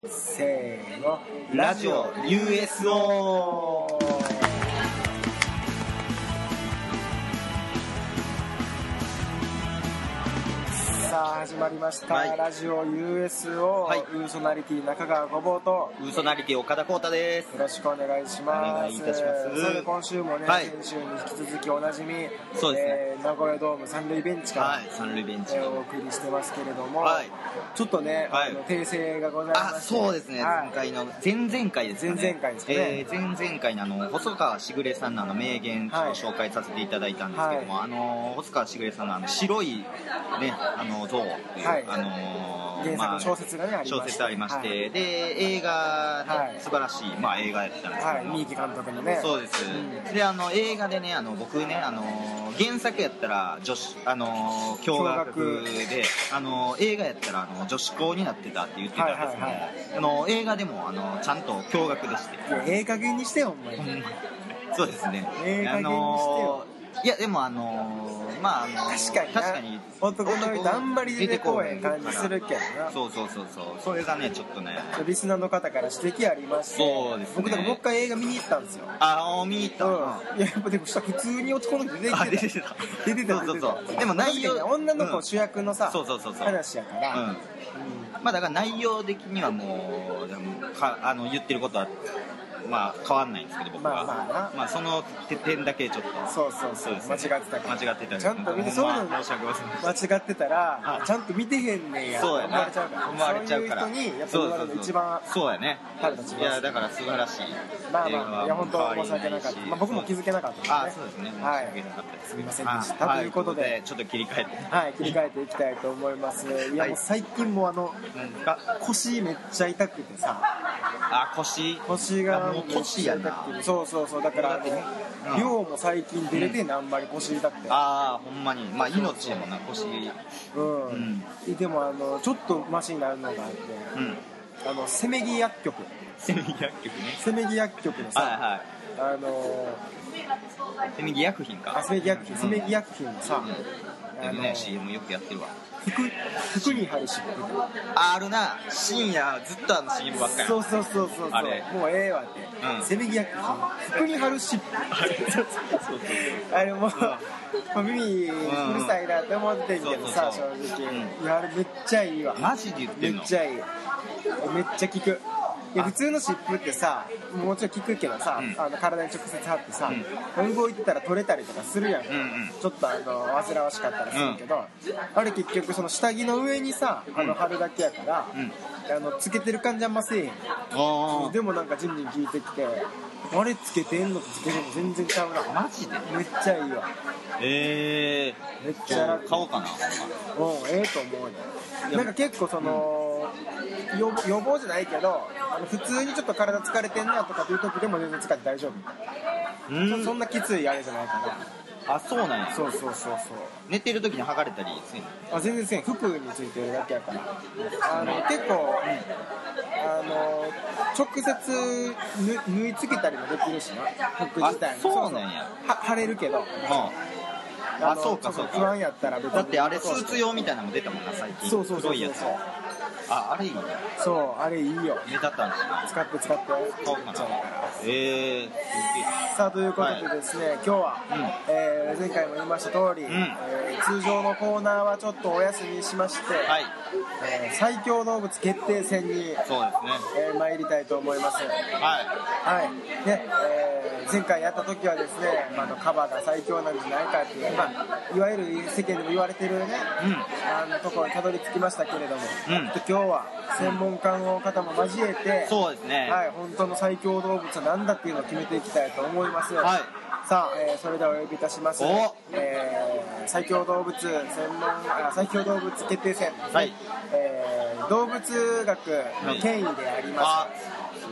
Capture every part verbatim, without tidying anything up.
せーの、ラジオ ユーエスオー。さあ始まりました、はい、ラジオ ユーエスオー、はい、ウーソナリティ中川ごぼうとウーソナリティ岡田浩太です。 よろしくお願いします。お願いいたします。それで今週もね、はい、先週に引き続きおなじみ、 そうですね、 えー、名古屋ドーム三塁ベンチから、はい、 三塁ベンチ、 えー、お送りしてますけれども、 はい、 ちょっとね、はい、あの訂正がございまして、 あ、そうですね、はい、前回の前々回ですかね、 前々回ですかね、 えー、前々回のあの細川しぐれさんのあの名言ちょっと紹介させていただいたんですけども、はい、あの細川しぐれさんのあの白いねあの像、はい、あのー、原作の小説がね、まあ、 小説ありまして、はい、で映画、ね、はい、素晴らしい、まあ、映画やったんですけども、はい、 三池監督のね、 そうです、うん、であの映画でね、あの僕ね、あの原作やったら女子、あの共学で、あの映画やったらあの女子校になってたって言ってたんですけども、はいはいはい、あの映画でもあのちゃんと共学でして、 いや、ええ加減にしてよ、お前。 そうですね、 ええ加減にしてよ。 いやでもあのー、まああのー、 確かに確かに男の人あんまり出てこへん感じするけどな。 そうそうそうそう、それがねちょっとねリスナーの方から指摘ありまして、 そうですね、 僕だからもう一回映画見に行ったんですよ。 ああ、見に行った、うん、 いややっぱでもした普通に男の人出てきてた、 出てた出てたそうそうそう、でも内容、 女の子主役のさ、 そうそうそうそう話やから、うんうん、 まあだから内容的にはもうでもかあの言ってることはまあ変わんないんですけど僕は、まあまあ、まあその点だけちょっとそうそうそう、間違ってたから間違ってたちゃんと見て、そういうの申し訳ございません、 間違ってたらちゃんと見てへんねんやそうやな、 思われちゃうから、 思われちゃうから、 そういう人にやっぱ言われるの一番そうやね、 腹立ちます。 いやだから素晴らしい、 まあまあ、いや本当申し訳なかった、まあ、僕も気づけなかったので、ね、 あそうですね、申し訳なかったです、 すみませんでした、ということでちょっと切り替えてはい切り替えていきたいと思います。いやもう最近もあの腰めっちゃ痛くてさ、 あ腰腰がもう腰やな、 そうそうそう、だから量も最近出れてんね、あんまり腰痛くて、 ああほんまに、まあ命やもんな腰、 うんでもあのちょっとマシになるのがあって、あのせめぎ薬局せめぎ薬局ね、 せめぎ薬局のさ、 はいはい、 あのせめぎ薬品か、 あせめぎ薬品、せめぎ薬品のさ、 あのね シーエム よくやってるわ、 服服に貼る湿布、 あるな、深夜ずっとあの シーエム ばっかり、 そうそうそうそう、 あれもうええわって、うん、せめぎ薬品服に貼る湿布あれもう、うん、耳うるさいなって思ってんけどさ、正直、うん、いやあれめっちゃいいわ、 マジで言ってんの、 めっちゃいい、めっちゃ効く。いや普通の湿布ってさ、もちろん効くけどさ、うん、あの体に直接貼ってさ、うん、動いてたら取れたりとかするやん、うんうん、ちょっとあの煩わしかったらするけど、うん、あれ結局その下着の上にさ、あの貼るだけやから、うん、あのつけてる感じあんませえへん、うん、でもなんかじんじん効いてきて、あれつけてんのとつけてんの全然ちゃうな、 マジでめっちゃいいわ、 えー、 めっちゃ楽、 買おうかな、 うん、ええと思うよ、なんか結構その、うん、予, 予防じゃないけど、あの普通にちょっと体疲れてんなとかっていう時でも全然使って大丈夫、うん、そ, そんなきついあれじゃないから、 あ、そうなんや、 そうそうそうそう、寝てる時に剥がれたりするの、 あ全然せん、服についてるだけやから、あの結構、うん、あの直接縫い付けたりもできるしな、服自体も、 そうなんや、 は貼れるけど、うん、 あ、そうかそうか、 不安やったら別に、 だってあれスーツ用みたいなのも出たもんな最近、 そうそうそうそう、 黒いやつ、あ、あれいいね、 そうあれいいよ、 目立ったんですよ、 使って使って買おうかな、えー、 さあということでですね、はい、今日は、うん、えー、前回も言いました通り、うん、えー、通常のコーナーはちょっとお休みしまして、はい、えー、最強動物決定戦に、そうですね、えー、参りたいと思います。はい、はい、ね、えー、前回やった時はですね、まあ、のカバが最強なんじゃないかっていう、まあ、いわゆる世間でも言われてるね、うん、あのところにたどり着きましたけれども、うん、今日は専門家の方も交えて、 そうですね、 はい、本当の最強動物は何だっていうのを決めていきたいと思います。はい、さあ、えー、それではお呼びいたします、えー、最強動物専門あ最強動物決定戦、はい、えー、動物学の権威であります、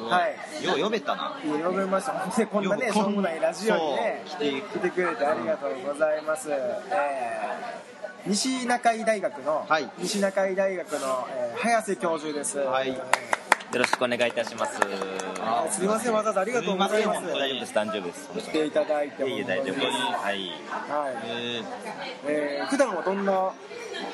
はい、よう呼べたな、 呼べました。でこんなねしょうもないラジオにね来て、来てくれてありがとうございます。えー西中井大学の、はい、西中井大学の、えー、早瀬教授です。はい、 よろしくお願いいたします。 あ、すみません、わざわざありがとうございます。 大丈夫です、大丈夫です。 来ていただいてもいい大丈夫です。はい。はい。 えー、普段はどんな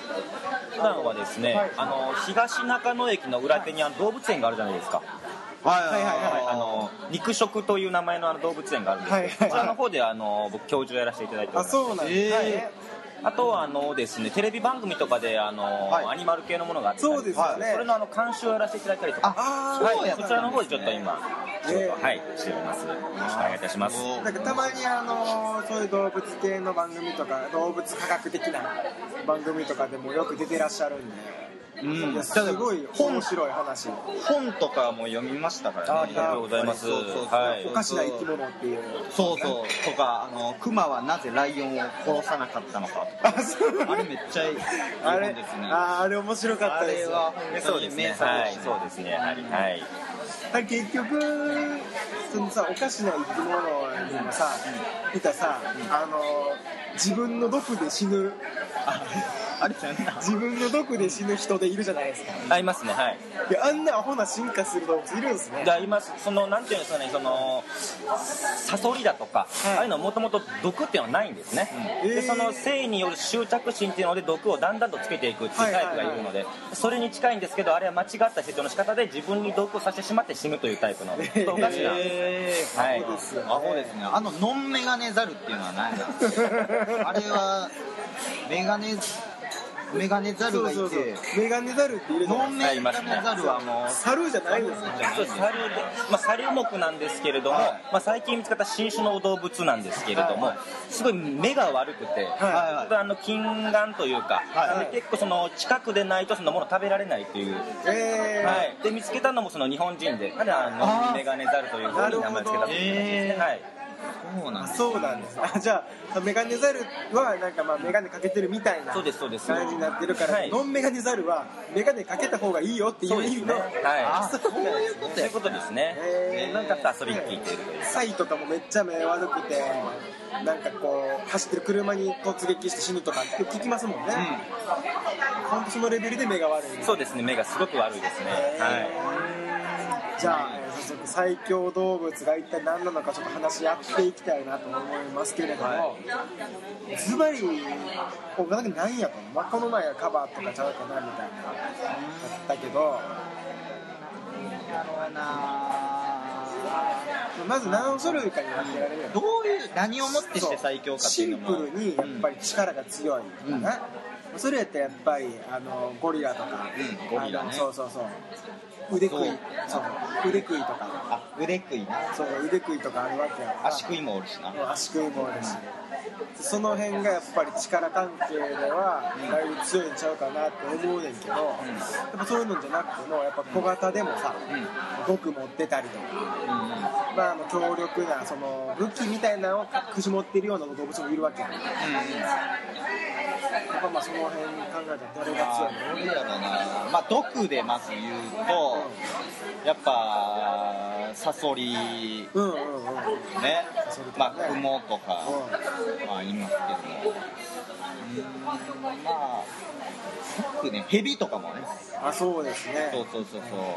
普段はですね、はい、あの東中野駅の裏手にあの動物園があるじゃないですか。 はいはいはい、 あの肉食という名前のあの動物園があるんですけど、はいはい、こちらの方であの僕教授をやらせていただいております。 あ、そうなんですね。えーあとはあのですね、テレビ番組とかであの、はい、アニマル系のものがあって、 そうですよね。 それのあの監修をやらせていただいたりとか、 あ、 はい、そちらの方でちょっと今仕事、えー、はいしております。よろしくお願いいたします。 なんかたまにあのそういう動物系の番組とか動物科学的な番組とかでもよく出てらっしゃるんで。うん、すごい面白い話。 本とかも読みましたからね。 ありがとうございます。 はい、おかしな生き物っていう。 そうそうとか、あのクマはなぜライオンを殺さなかったのかとか。あれめっちゃいい本ですね。 あ, あ, あれ面白かったです。 あれはそうですね。はい、そうですね。はいはい。 結局そのさ、おかしな生き物にもさ、いたさ、あの自分の毒で死ぬ。 あれじゃんな、 自分の毒で死ぬ人でいるじゃないですか。 ありますね。はい。 いや、あんなアホな進化する動物いるんですね。 あります。そのなんていうんですかね、そのサソリだとか、はい、ああいうのもともと毒っていうのはないんですね。うん、でその性による執着心っていうので毒をだんだんとつけていくっていうタイプがいるので、はいはいはい、それに近いんですけど、あれは間違った成長の仕方で自分に毒をさせてしまって死ぬというタイプの、えー、おかしな、 えー、はい、アホですよね。アホですね。あのノンメガネザルっていうのは何だあれはメガネメガネザルがいて、そうそうそう、 メガネザルっているの。 ノンメガネザルはもう猿じゃないですね。 そう猿で、まあ、猿目なんですけれども、はい、まあ、最近見つかった新種の動物なんですけれども、はい、すごい目が悪くて、はい、あの近眼というか、はい、結構その近くでないとそのもの食べられないという、えーはい、で見つけたのもその日本人で、あのノンメガネザルというふうに名前を付けたということですね。はい、 そうなんです、そうなんです。あ、じゃあメガネザルはなんかまあメガネかけてるみたいな感じになってるから、はい、ノンメガネザルはメガネかけた方がいいよっていう意味の、ね、はい、あ、そういうこと、 そういうことですね。えー、なんか遊びに聞いてる。 サイとかもめっちゃ目悪くて、なんかこう走ってる車に突撃して死ぬとか聞きますもんね。本当、うん、そのレベルで目が悪い。 そうですね、目がすごく悪いですね。えー、はい。 じゃあ、えー、早速最強動物が一体何なのかちょっと話し合っていきたいなと思いますけれども、ズバリ僕だけ何やと、まあ、この前カバーとかちゃうかなみたいなだったけど、まず何種類かに分けられるよ。 どういう何をもってして最強かっていうのもシンプルにやっぱり力が強いかな、うん、それやったらやっぱりあのゴリラとか、 うん、ゴリラね、 そうそうそう、腕食い、そう腕食いとか、 あ、腕食いね、 そう腕食いとかあるわけや。 足食いもおるしな。 足食いもおるし、うん、その辺がやっぱり力関係ではだいぶ強いんちゃうかなって思うねんけど、うん、やっぱそういうのじゃなくてもやっぱ小型でもさ、うん、毒持ってたりとか、うん、まあ、あの強力なその武器みたいなのを隠し持ってるような動物もいるわけや、うん、やっぱまあその辺考えたら誰が強いの？ どれやろうな。まあ毒でまず言うと、やっぱサソリ、うんうんうん、ね、まあクモとか、うん、まあ言いますけども、うーん、まあ僕ね、ヘビとかもね。 あ、そうですね。 そうそうそうそう、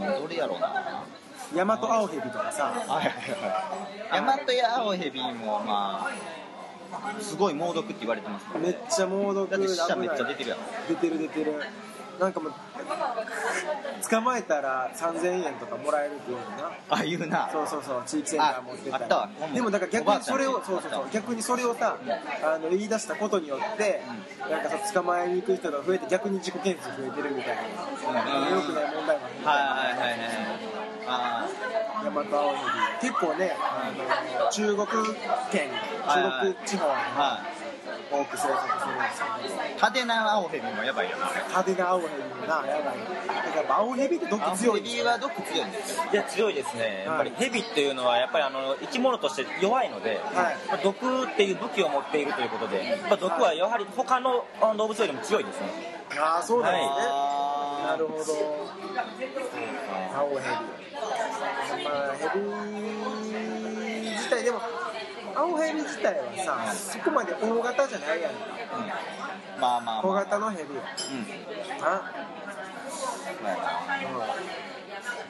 うん、どれやろうな。 ヤマトアオヘビとかさ、 はいはいはい、ヤマトやアオヘビもまあすごい猛毒って言われてますもんね。 めっちゃ猛毒。 だって死者めっちゃ出てるやん。 出てる出てる。なんかもう捕まえたらさんぜんえんとかもらえるっていうのな。 あ、言うな。 そうそうそう、地域センター持ってたら。 あったわ。 でもだから逆にそれを、そうそうそう、逆にそれをさ、あの言い出したことによって、うん、なんかさ捕まえに行く人が増えて逆に自己件数増えてるみたいな、うん、よくない問題もあるみたいな。 はいはいはいはい。ああ、ヤマトアオヘビ結構ね、あの中国圏、中国地方に多く生息するんですけど、 派手なアオヘビもやばいよな。 派手なアオヘビもな、やばい。だからアオヘビって毒強いんですよ。 アオヘビは毒強いんですよ。 いや、強いですね。やっぱりヘビっていうのはやっぱりあの生き物として弱いので、はい、毒っていう武器を持っているということで、やっぱ毒はやはり他の動物よりも強いですね。 ああ、そうなんですね。はい、なるほど。アオヘビ。まあヘビ自体でも。アオヘビ自体はさ、そこまで大型じゃないやんか、 うん、まあまあ、まあ、 小型のヘビ、うん、あ、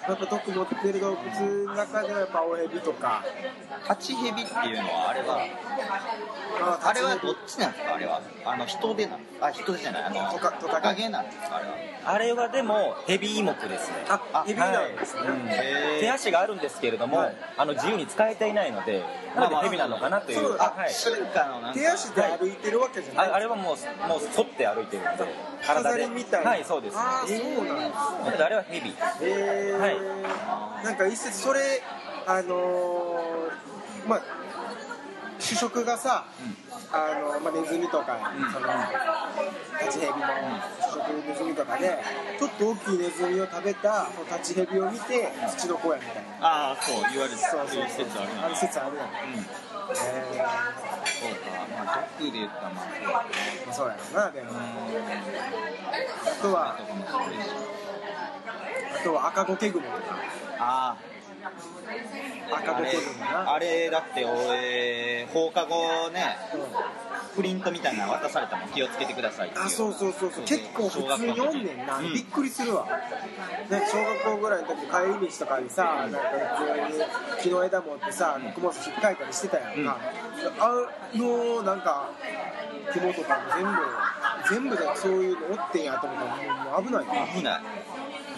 やっぱ毒持ってる動物の中ではやっぱ青ヘビとかタチヘビっていうのはあれはあれはどっちなんですか？あれはあの人手なんですか？あ、人手じゃない、あのトカトカゲなんですか？あれはあれはでもヘビ目ですね。 あ、ヘビなんですね、はい、うん、 手足があるんですけれども、はい、あの自由に使えていないので、なのでヘビなのかなという。 あ、はい、手足で歩いてるわけじゃない、 はい、あ, あれはもうもう反って歩いてるんで、 飾りみたいな。 はい、そうです。 ああ、そうなんです、 なのであれはヘビ。 えー、はい。なんか一説それあのー、まあ主食がさ、うん、あのまあ、ネズミとか、うん、そのタチヘビの主食ネズミとかでちょっと大きいネズミを食べたそのタチヘビを見て土の子やみたいな。 ああ、そう言われてそうそうそう説あるある説あるやん、うん、 えー、そうか、まあ毒で言ったらまあそうやろな。でもあとはあとは赤ゴケグモとか。 ああ赤ゴケグモな。 あれだって俺放課後ね、うん、プリントみたいなの渡されたもん、気をつけてくださいっていう。 あ、そうそうそうそう、結構普通に読んねんな、うん、びっくりするわ、ね、小学校ぐらいの時帰り道とかにさ、なんか普通に木の枝持ってさ、クモス引っかいたりしてたやんか、うん、あのなんか紐とかも全部全部でそういうの折ってんやと思ったらもう危ないな。 危ない、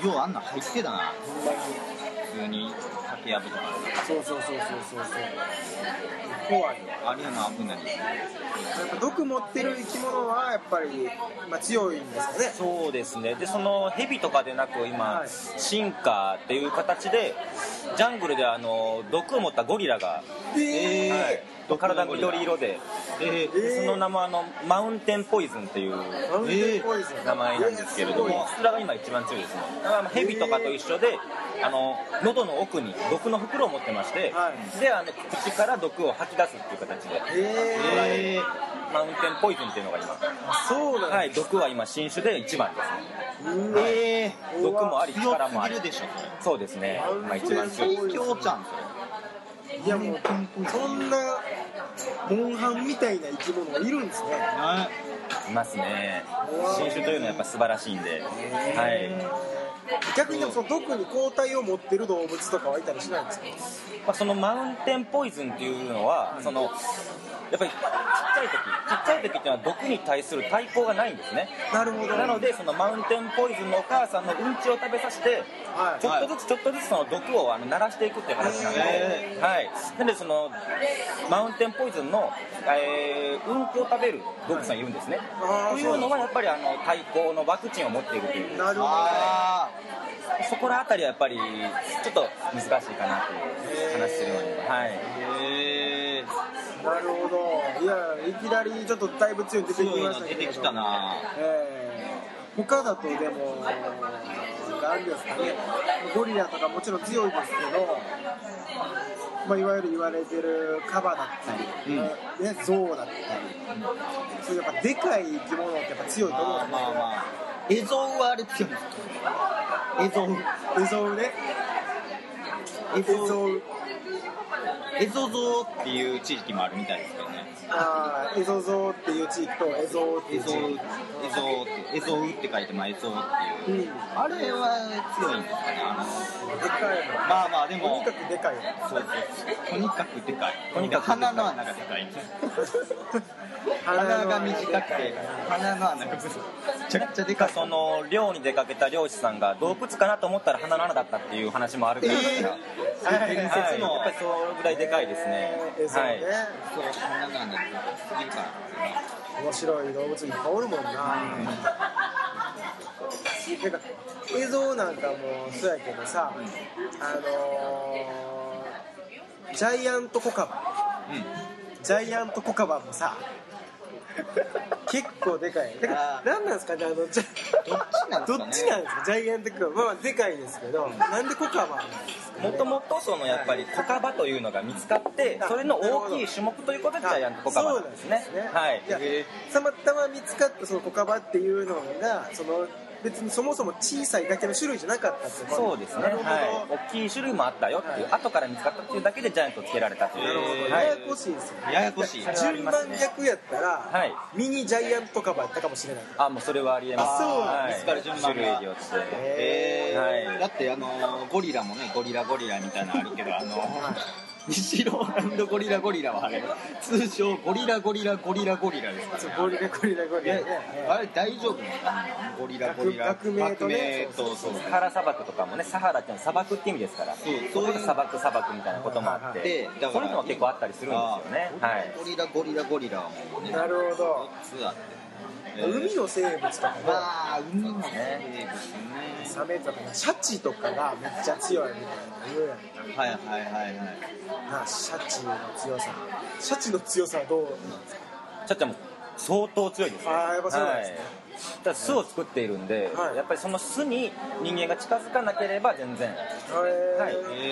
ようあんな入ってたな、普通に竹やぶとか。 そうそうそうそうそうそう、怖い。 あれは危ない。 やっぱ毒持ってる生き物はやっぱり、まあ、強いんですかね。 そうですね。でそのヘビとかでなく今、はい、進化っていう形でジャングルであの毒を持ったゴリラが、 えーはい、 体緑色で、えー、でその名もあのマウンテンポイズンっていう名前なんですけれども、それが今一番強いですね。だからヘビとかと一緒で、あの喉の奥に毒の袋を持ってまして、はい、であの口から毒を吐き出すっていう形で、えーマウンテンポイズンっていうのが今、 そうなんです、 はい、毒は今新種で一番ですね。えー、毒もあり力もあり。 でしょ、 そうですね。まあ一番強い。 最強ちゃんそれ。いやもうそんなモンハンみたいな生き物がいるんですね。 いますね。新種というのはやっぱ素晴らしいんで、はい。 逆にでもその毒に抗体を持ってる動物とかはいたりしないんですか？ まあ、そのマウンテンポイズンっていうのは、うん、そのやっぱりちっちゃい時ちっちゃい時っていうのは毒に対する対抗がないんですね。 なるほど。 なのでそのマウンテンポイズンのお母さんのうんちを食べさせて、はい、ちょっとずつちょっとずつその毒をあの鳴らしていくっていう話なので、はい、なのでそのマウンテンポイズンの、えー、うんこを食べる動物さんいるんですね。というのはやっぱりあの対抗のワクチンを持っているという。 なるほど。 そこらあたりはやっぱりちょっと難しいかなという話するのに、はい。 へー、なるほど。いや、いきなりちょっとだいぶ強い出てきましたけど。 出てきたな。 えー、他だとでも何ですかね。ゴリラとかもちろん強いですけど、まあいわゆる言われてるカバだったり、うん、ね、ゾウだったり、うん、そういうやっぱでかい生き物ってやっぱ強いと思うんですよ。 まあまあまあ。エゾウはあれ強いんですか？エゾウエゾウねエゾウエゾゾウっていう地域もあるみたいですけどね。 ああ、エゾゾウっていう地域とエゾウっていう地域、エゾウってエゾウって書いてまあエゾウっていう、うん、あれは強いんですかね。あのでかいの。 まあまあでもとにかくでかい。 そうそう、とにかくでかい。とにかく鼻の穴がでかい。鼻が短くて鼻の穴がめちゃくちゃでかい。 その漁に出かけた漁師さんが洞窟かなと思ったら鼻の穴だったっていう話もあるぐらいですから、えー、はい、伝説のやっぱりそれぐらいでかいですね。 えー、そうね、 はい、 そう鼻の穴がすぎるから。 面白い動物いっぱいおるもんな。うん、なんか映像なんかもそうやけどさ、うん、あのー、ジャイアントコカバ、うん、ジャイアントコカバもさ結構でかい。だから何なんですかね、あのじゃどっちなんですかね。 どっちなんですか、ジャイアントコカバ。まあでかいですけど、なんでコカバなんですかね。 もともとそのやっぱりコカバというのが見つかって、それの大きい種目ということでジャイアントコカバなんですね。 はい。いや、たまたま見つかったそのコカバっていうのがその別にそもそも小さいだけの種類じゃなかったってこと。 そうですね、はい、大きい種類もあったよっていう、後から見つかったっていうだけでジャイアントつけられたという。 なるほど、ややこしいですよね。 ややこしい。 順番逆やったら、 はい、 ミニジャイアントカバーやったかもしれない。 あ、もうそれはありえます。 そうはい、 見つかる順番が種類によって。 えーはい、 だってあのゴリラもね、ゴリラゴリラみたいなのあるけど、あの西ローランドゴリラゴリラはあれ通称ゴリラゴリラゴリラゴリラですから、ね、 ゴリラゴリラゴリラ、ね、 あれ大丈夫なのかな、ゴリラゴリラ学名とね、 そうそう、 サハラ砂漠とかもね、サハラっていうのは砂漠って意味ですから、そうそういう砂漠砂漠みたいなこともあって、でそういうのは結構あったりするんですよね。はい、 ゴリラゴリラゴリラはもうね、 なるほど、 よっつあって、 海の生物とかも、 ああ海の生物ね、 サメとかね、シャチとかがめっちゃ強いみたいな言うやんか。 はいはいはいはい。 なシャチの強さ、シャチの強さはどうなんですか。 シャチはもう相当強いですね。 ああ、やっぱそうなんですね。 はい、ただ巣を作っているんで、はい、やっぱりその巣に人間が近づかなければ全然、はい、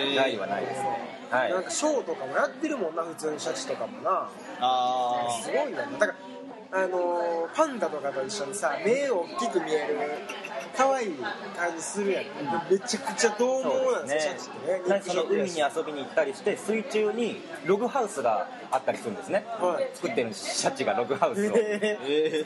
害はないですね。はい、 なんかショーとかもやってるもんな、普通にシャチとかもな。 あすごいよね。だからあのー、パンダとかと一緒にさ、目を大きく見える可愛い感じするやん、うん、めちゃくちゃ獰猛なんですよ、ね、シャチってね。 なんかその海に遊びに行ったりして水中にログハウスがあったりするんですね、はい、作ってるシャチがログハウスを、え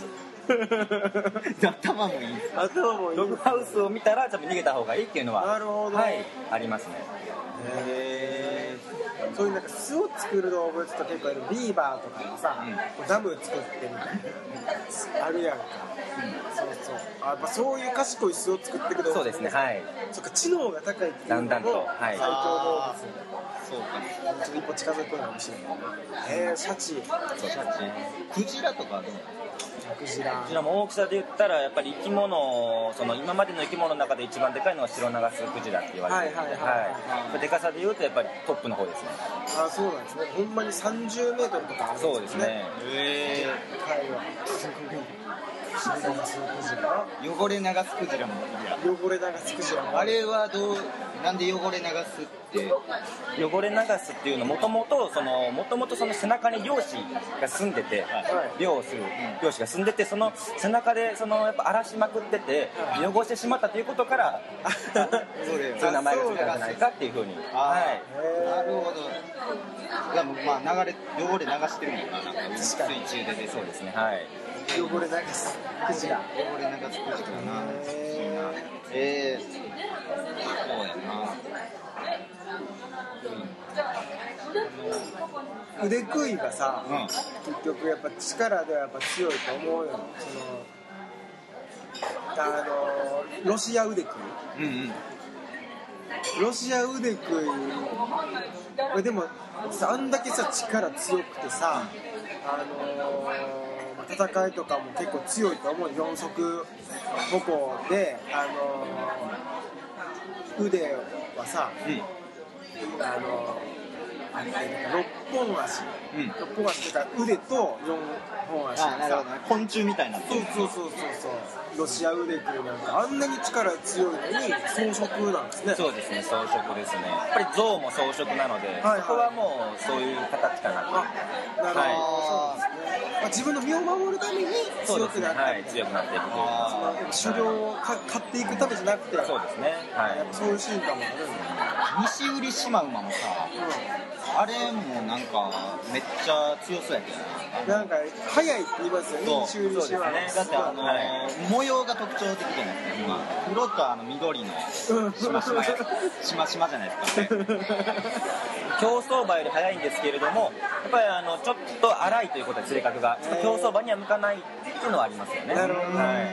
ー、 頭もいい頭もいい。 ログハウスを見たらちょっと逃げた方がいいっていうのは、 なるほど、 はい、ありますね。 へー、そういうなんか巣を作る動物と結構いる。ビーバーとかもさ、うん、ダム作ってみたいなあるやんか、うん、そうそう、あ、やっぱそういう賢い巣を作ってくる動物。 そうですね、はい、 そっか、知能が高いっていうのもだんだんと、はい、 最強動物。 そうか、 ちょっと一歩近づくかもしれない。えー、シャチ、 そうシャチ、クジラとかはどうなの。 クジラクジラも大きさで言ったらやっぱり生き物、その今までの生き物の中で一番でかいのはシロナガスクジラって言われているので、でかさで言うとやっぱりトップの方ですね。 あ、そうなんですね。ほんまにさんじゅうメートルとかあるんですね。 そうですね。 へー、 汚れ流すクジラも汚れ流すクジラもあれはどう、なんで汚れ流すって。 汚れ流すっていうのもともとそのもともとその背中に漁師が住んでて、はい、漁をする漁師が住んでて、その背中でそのやっぱ荒らしまくってて、はい、汚してしまったということからそういう名前がついたんじゃないかっていうふうに。 はい、なるほど。まあ流れ汚れ流してるもんな、なんか水中で出て。 そうですね、はい、 汚れ流すクジラ、 汚れ流すクジラな。えー、そうやな。 腕食いがさ、 うん、 結局やっぱ力ではやっぱ強いと思うよ。そのあのロシア腕食い、うんうん、ロシア腕食いでもあんだけさ力強くてさ、あのー、戦いとかも結構強いと思う。四足歩行で、あのー、腕はさ、うん、あのー六本足、うん、六本足っていうか腕と四本足がさ、昆虫みたいな。 そうそうそうそうそう、ロシア腕食いなんかあんなに力強いのに草食なんですね。 そうですね、草食ですね。やっぱり象も草食なので、はいはい、そこはもうそういう形かなと。 あ、なるほど、はい、そうですね。まあ、自分の身を守るために強くなって、ね、はい、 強くなっていくというか、 狩猟を買っていくためじゃなくて、 そうですね、はい、やっぱそういう進化もあるんで、 西売シマウマもさ、うん、あれもなんかめっちゃ強そうやけどなんか速いって言いますよね、西売シマウマ。 だってあの、はい、模様が特徴的じゃないですか、うん、黒とあの緑のしましましましまじゃないですか、ね、 競走馬より速いんですけれども、やっぱりあのちょっと荒いということで性格が競走馬には向かないっていうのはありますよね。 なるほど、はい、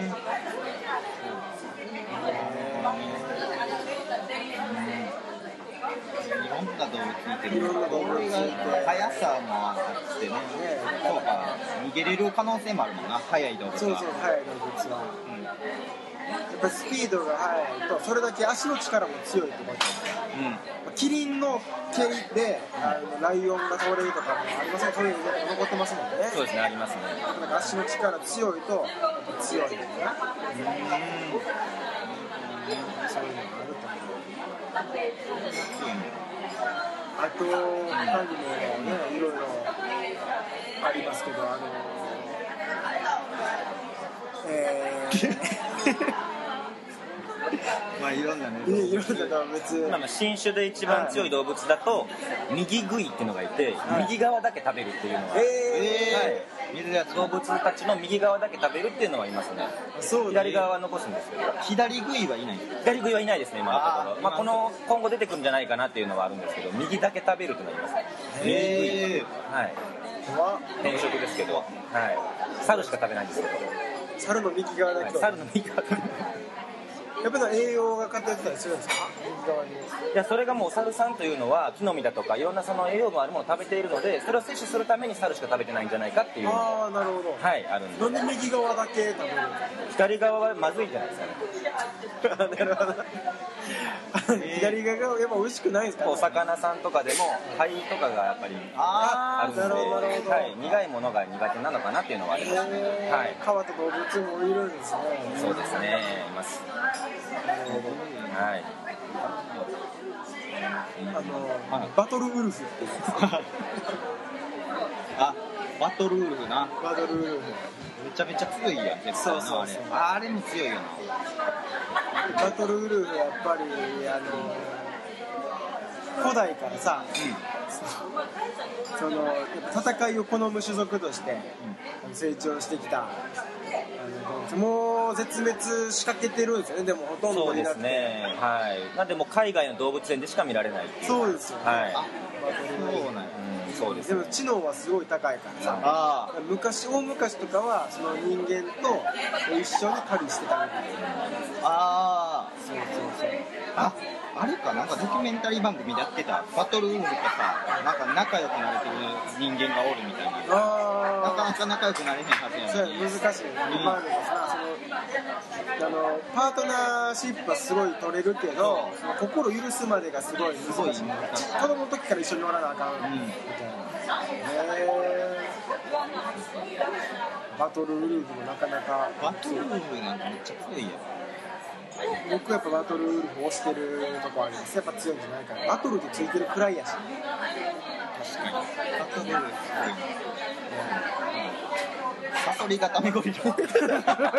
いろんな動物見てる。速さもあってね、そうか、逃げれる可能性もあるもんな、速い動物は。 そうそう、速い動物は、うん、やっぱスピードが速いとそれだけ足の力も強いってことで、うん、キリンの蹴りであのライオンが倒れるとかもありません。そういうの残ってますもんね。 そうですね、ありますね。 なんか足の力強いと強いんだよね。うん、そういうのがあると思う。あと他にもね、いろいろありますけど、あのえーまあいろんなねいろんな動物、 まあ、新種で一番強い動物だと右食いっていうのがいて、はい、右側だけ食べるっていうのが、 えーはい、 動物たちの右側だけ食べるっていうのがいますね。 そうね、 左側は残すんですけど、 左食いはいない。 左食いはいないですね今のところ。まあ、この今後出てくるんじゃないかなっていうのはあるんですけど、右だけ食べるっていうのがいます。 へー、はい、変色ですけど、はい、猿しか食べないんですけど、 猿の右側だけ、 はい、猿の右側やっぱり栄養が偏ってたりするんですか、右側に。 いや、それがもうお猿さんというのは木の実だとかいろんなその栄養分あるものを食べているので、それを摂取するために猿しか食べてないんじゃないかっていう。 ああ、なるほど。 はい、あるんで。 なんで右側だけ食べるんですか。 左側はまずいんじゃないですかね。 なるほど。左側がやっぱ美味しくないですか、ね、 お魚さんとかでも肺とかがやっぱりあるので、はい、苦いものが苦手なのかなっていうのはあります、ね。はい、 川と動物もいるんですね。 そうですね、います。はい。 あの、はい、バトルウルフって言うんですか。 あ、バトルウルフな。 バトルウルフ。 めちゃめちゃ強いやん。 そうそうそう。 あれも強いよな。 バトルウルフやっぱりあの古代からさ、うん、その戦いを好む種族として、うん、成長してきた。あのもう絶滅しかけてるんですよね。でもほとんどいなくて。 そうですね。はい。なんでもう海外の動物園でしか見られないっていう。 そうですよね。はい。 あ、そうなんや。そうです、ね、 でも知能はすごい高いからさ、あ昔大昔とかはその人間と一緒に狩りしてたみたいな。 ああ、 そうそうそう。 あ、あれかなんかドキュメンタリー番組でやってたバトルウルフとさ、なんか仲良くなれてる人間がおるみたいな。あなかなか仲良くなれへんはずやね。そう難しいね。うん、まあでもさ、そのあのパートナーシップはすごい取れるけど、その心許すまでがすごい難しい。子供の時から一緒におらなあかんみたいな。うんへバトルウルフもなかなかバトルウルフなんかめっちゃ強いやん。 僕やっぱバトルウルフ推してるとこあります。やっぱ強いんじゃないかな。バトルでついてるくらいやし。 確かにバトルウルフすごいな、うん、サソリガタメゴリラ強いんじゃ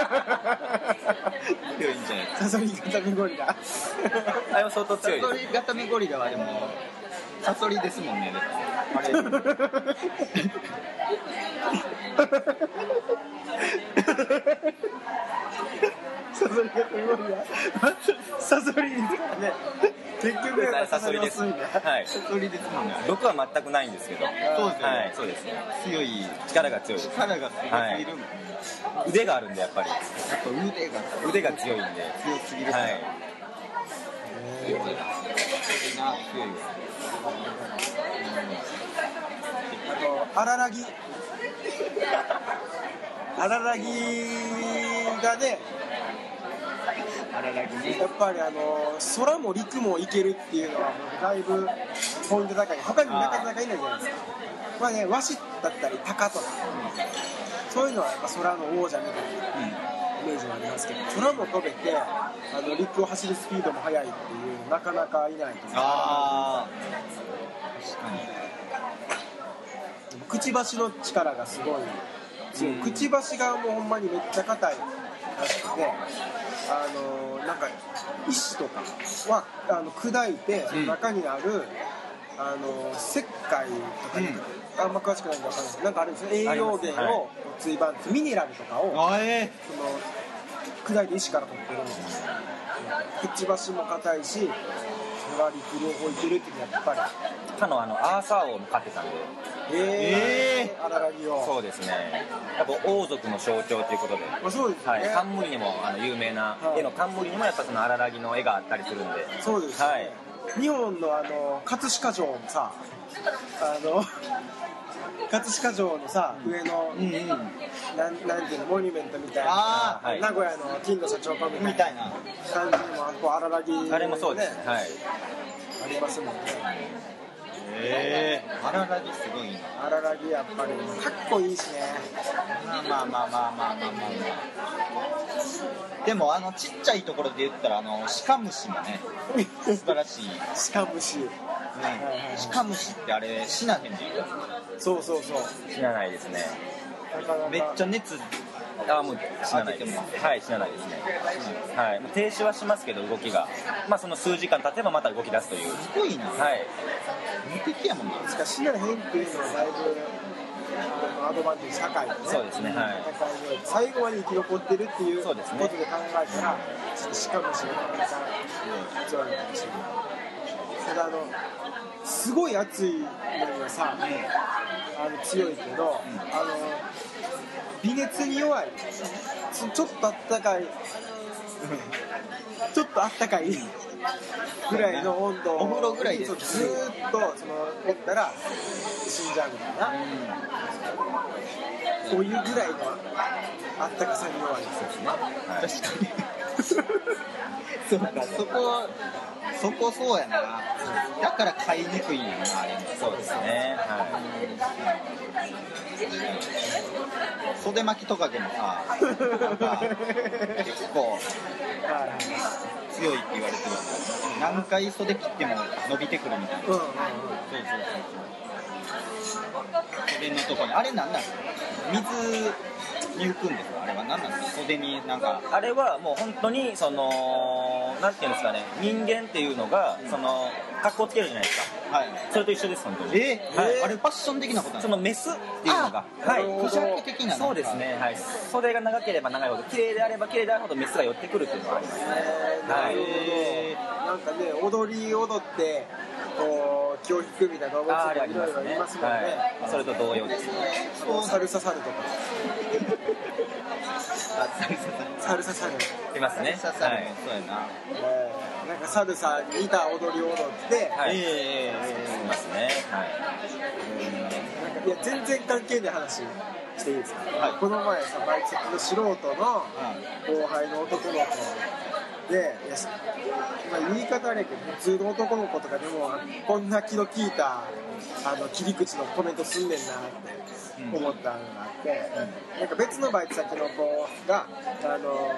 ないサソリガタメゴリラあれは相当強いです。 サソリガタメゴリラはでもサソリですもんね。あれサソリガタメゴリラサソリですからね。結局やっぱサソリです。はい。 サソリですもんね。 毒は全くないんですけど。 そうですよね。 はい、そうですね。 強い力が強い。 力が強すぎる。はい、 腕があるんでやっぱり。 やっぱ腕が腕が強いんで。 強すぎる。はい。強いな。強いな。強い。 あと、アララギアララギがね、 アララギね、 やっぱりあの空も陸も行けるっていうのはだいぶポイント高い。他にもなかなかいないじゃないですか。まあね、ワシだったりタカとか、うん、そういうのはやっぱ空の王者みたいなイメージはありますけど、空も飛べてあの陸を走るスピードも速いっていうなかなかいないと思う。あ確かに。くちばしの力がすごい強い。くちばしがもうほんまにめっちゃ硬いらしくて、あのなんか石とかはあの砕いてその中にある、うん、あの石灰とかに、うん、あんま詳しくないんで分かんないですけど、なんかあるんですよ。栄養源を追番、はい、ミネラルとかを、えー、その砕いて石から取ってるんですよ。くちばしも硬いし空陸両方いけるっていうのはやっぱり他のあのアーサー王も飼ってたんで、 えー、アララギを。 そうですね。やっぱ王族の象徴ということで、 まあ、そうですね。 はい、冠にもあの有名な絵の冠にもやっぱそのアララギの絵があったりするんで。 そうですね。 はい。 日本のあの葛飾城もさ、あの葛飾城のさ、うん、上の、うんうん、なんなんていうのモニュメントみたいな、あ、はい、名古屋の金の社長館みたいな感じにもあのアララギ、ね、 あれもそうですね。はい。 ありますもんね。 えー、アララギすごいな。 アララギやっぱりかっこいいしね。 まあまあまあまあまあまあまあ、まあ、でもあのちっちゃいところで言ったらあのシカムシもね素晴らしい。 シカムシ、ね、 シカムシってあれ死なへんねん。 そうそうそう、 死なないですね。 めっちゃ熱ああもう死なないです。はい死なないですね。はい。停止はしますけど動きが、まあその数時間経てばまた動き出すという。 すごいな。 はい。 無敵やもんな。 しかし死なへんっていうのはだいぶアドバンテージ高いよね。 そうですね。はい。 最後まで生き残ってるっていうことで考えたら、ちょっとしかもしれないなかなか強いかもしれない。ただあのすごい熱いのがさ、あの強いけど、うん、あの微熱に弱い、ちょっとあったかいちょっとあったかいぐらいの温度お風呂ぐらいでずーっとそのおったら死んじゃうみたいな、うん、お湯ぐらいのあったかさに弱いですよね。 確かにそうか、そこそこそうやな。だから買いにくいんやな、あれ。 そうですね。はい。 袖巻きトカゲもさ、なんか結構強いって言われてる。何回袖切っても伸びてくるみたいな。うんうんうん、そうそうそう。袖のとこにあれなんなんですか？水に浮くんですか？あれは何なんですか？袖になんか。 あれはもう本当にそのなんていうんですかね、人間っていうのがその格好つけるじゃないですか。はい。それと一緒です本当に。 えー、はい、あれファッション的なことなんですか？ そのメスっていうのが、はい。 クジャク的な。 そうですね。はい。袖が長ければ長いほど、綺麗であれば綺麗であるほどメスが寄ってくるっていうのがありますね。 はい。えー、なんかね、踊り踊ってこう気を引くみたいな動物がいろいろいますもんね。はい、 それと同様ですね。 サルササルとか。サルササルいますね。 サルササル、はい、そうやな。 えー、なんかサルサに似た踊りを踊って、 はい、えー、いますね。はい。 なんかいや全然関係ない話していいですか？はい、この前さバイク先の素人の後輩の男の子で、いや、まあ、言い方あれやけど普通の男の子とかでもこんな気の利いたあの切り口のコメントすんねんなって思ったのがあって、うん、なんか別のバイト先の子があの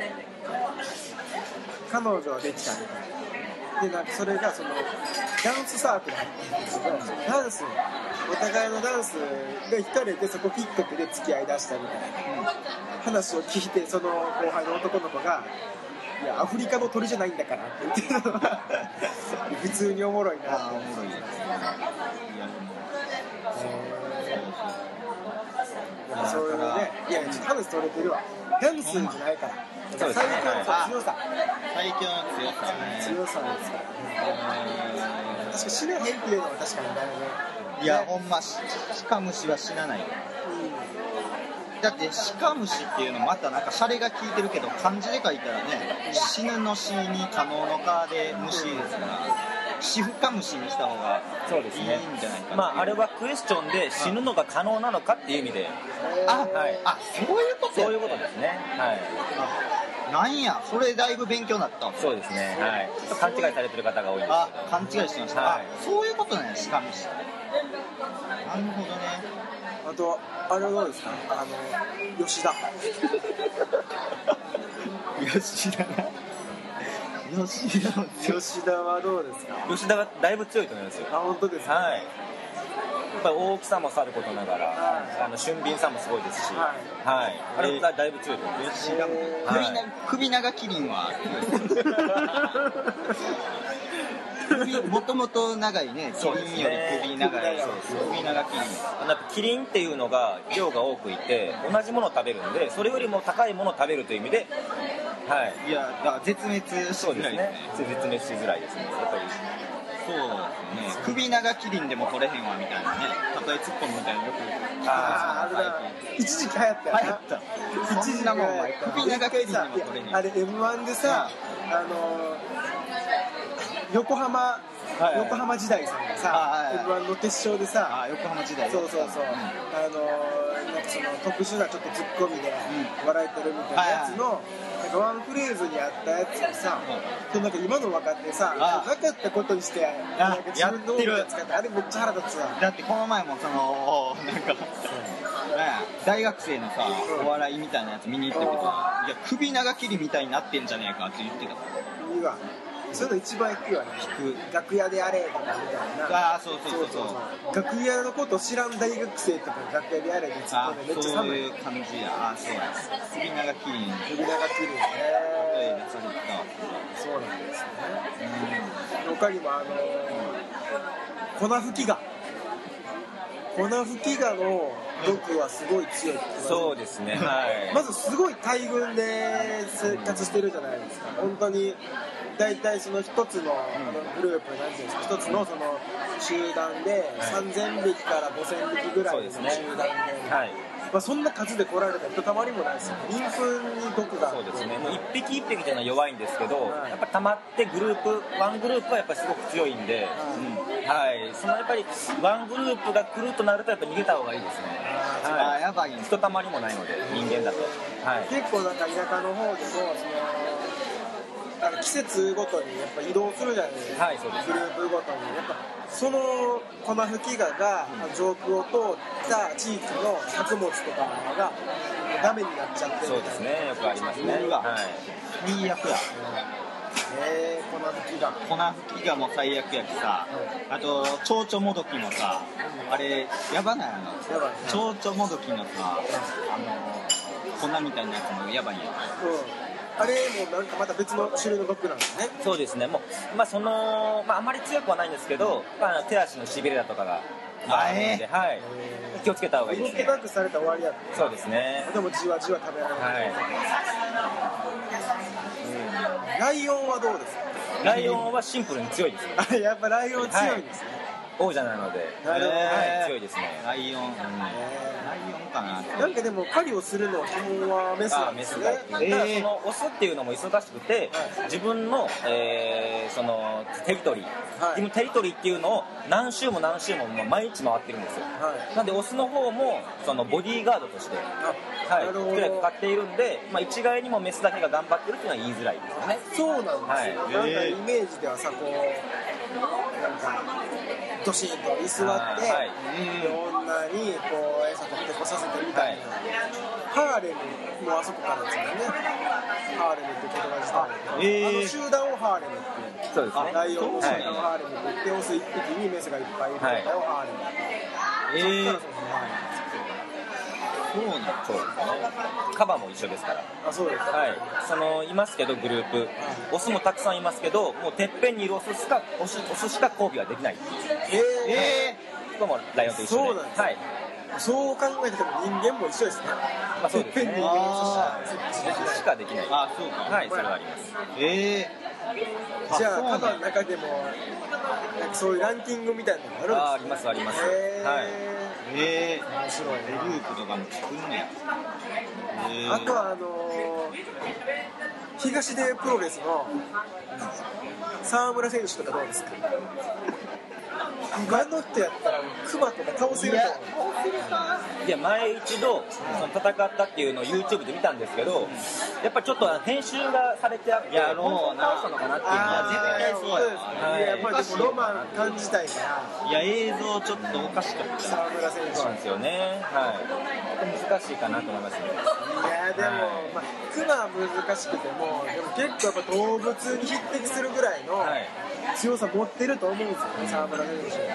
彼女ができたみたいな。でなんかそれがそのダンスサークル入ってるんですけど、そのダンスお互いのダンスが惹かれてそこきっかけで付き合いだしたみたいな話を聞いて、その後輩の男の子がいやアフリカの鳥じゃないんだからって言ってるのが普通におもろいなって思うんですよ。そういうね、いやちょっと話取れてるわ。ダンスじゃないから。最強の強さ。 最強の強さ。 強さですからね。確か死なへんっていうのは確かにだいぶ。いやほんまシカムシは死なない。だってシカムシっていうのまたなんかシャレが効いてるけど漢字で書いたらね、死ぬの死に可能の可で虫ですから、シフカムシにした方がいいんじゃないかな。 まああれはクエスチョンで死ぬのが可能なのかっていう意味で、 あ、はい、あ、そういうことそういうことですね。はい。 なんや、それだいぶ勉強になった。 そうですね。はい。ちょっと勘違いされてる方が多いんですけど。 あ、勘違いしてました。はい、そういうことね、シカムシ。なるほどね。 あとあれはどうですか？あの吉田。 吉田な。吉田吉田はどうですか？ 吉田はだいぶ強いと思いますよ。 あ、本当ですか？ はい。やっぱり大きさもさることながら、はい、あの俊敏さもすごいですし、はい、はい、あれはだいぶ強いと思います。 吉田も、はい、首長キリンはもともと長いね、キリンより首長い、そうそう首長キリン。 なんかキリンっていうのが量が多くいて同じものを食べるんで、それよりも高いものを食べるという意味で、はい、 いやだから絶滅しづらいですね。 絶滅しづらいですね。やっぱりそうですね。首長キリンでも取れへんわみたいなね。例えツッコミみたいなよく。 ああ、一時期流行ったよな。 流行った。一時期なもん首長キリンでも取れへん。 あれ エムワン でさ、あの横浜横浜時代さんがさ エムワン の決勝でさ、 横浜時代そうそうそう、あのなんかその特殊なちょっとツッコミで笑えてるみたいなやつのなんかワンフレーズにあったやつをさ、なんか今の若手さなかったことにしてなんか自分の音楽使って、あれめっちゃ腹立つわ。 だってこの前もそのなんか大学生のさお笑いみたいなやつ見に行ったけど、いや首長切りみたいになってんじゃねえかって言ってた。 いいわ。 そういうの一番聞くよね。 聞く。 楽屋であれとかみたいな。 ああ、そうそうそうそう。 楽屋のことを知らん大学生とか楽屋であれで突っ込んでめっちゃ寒い。 そういう感じや。ああ、そうや。首長キリン。 首長キリンね。 例え出された。 そうなんですね。うん、他にもあのー、粉吹きが。粉吹きがの毒はすごい強いって言そうですね、はい、 まずすごい大群で生活してるじゃないですか。本当に大体その一つのグループ、なんていうんですか、一つのその集団でさんぜんびきからごせんびきぐらいの集団で、はい、まあ、そんな数で来られたらひとたまりもないですよ。インフに毒が。 そうですね。もう一匹一匹じゃない弱いんですけど、はい、やっぱ溜まってグループワングループはやっぱりすごく強いんで、うん、はい、そのやっぱりワングループが来るとなるとやっぱ逃げた方がいいですね。 ああ、やばい。 ひとたまりもないので人間だと。はい、 結構なんか田舎の方でもそのなんか季節ごとにやっぱ移動するじゃないですか。 はい、そうです。 グループごとにやっぱその粉吹き蛾が上空を通った地域の作物とかがダメになっちゃってる。 そうですね、よくありますね。はい、 最悪や。 えー、粉吹き蛾粉吹き蛾も最悪やしさ、あと蝶々もどきもさ、あれやばないの。 やばい。 蝶々もどきのさ、あの粉みたいなやつもやばいやん。うん、 あれもなんかまた別の種類の毒なんですね。 そうですね。もうまあそのまああまり強くはないんですけど、まあ、手足のしびれだとかがあるので、はい、気をつけた方がいいですね。 動けなくされたら終わりや。 そうですね。 でもじわじわ食べられる。 はい。 うん、ライオンはどうですか。 ライオンはシンプルに強いです。 あ、やっぱライオン強いんですね。 はい、王者なので、 なるほど、 はい、強いですね。 ライオン、うん、ライオンかな。 なんかでも狩りをするのは基本はメスなんですね。 ただそのオスっていうのも忙しくて、はい、自分の、えー、そのテリトリー、はい、自分テリトリーっていうのを何周も何周も毎日回ってるんですよ。はい、なんでオスの方もそのボディーガードとして、はい、くらいかかっているんで、まあ、一概にもメスだけが頑張ってるっていうのは言いづらいですよね。 そうなんですよ。はい、なんかイメージではさ、こうなんかドシンと居座って、はい、女にこう餌取ってこさせてみたいな、はい、ハーレムもあそこからですよね。ハーレムって言葉自体、えー、あの集団をハーレムっていう。 そうですね。 ライオンの集団をハーレムって言って、オス一匹にメスがいっぱいいる状態をハーレムって言って、はい、そっからそのハーレム。 そうなんそうですね。カバも一緒ですから。 あ、そうです。 はい。そのいますけどグループ、オスもたくさんいますけど、もうてっぺんにいるオスしかオスオスしか交尾ができないっていう。 ええー。これもライオンと一緒で。そうなんです。はい。 そう考えても人間も一緒ですね。 まあそうですね。てっぺんにいるオスしかできない。 あ、そうか。 はい、それはあります。 ええー。じゃあカバの中でもなんかそういうランキングみたいなのがあるんですか。 あ、ありますあります。 えー、 はい。 えー、面白い。グループとかも作んねや。あとはあのー、東出プロレスの沢村選手とかどうですか。今の人やったらクマとか倒せると思う。 いや、前一度その戦ったっていうのを YouTube で見たんですけど、やっぱりちょっと編集がされてあって、 やろうな、 倒したのかなっていうのは絶対そうです、はい、やっぱりでもロマン感じたいから。 いや、映像ちょっとおかしかった。 沢村選手そうなんですよね。はい。難しいかなと思いますね。 いやでも、はい、まあ、クマは難しくても、でも結構やっぱ動物に匹敵するぐらいの強さ持ってると思うんですよね、沢村選手。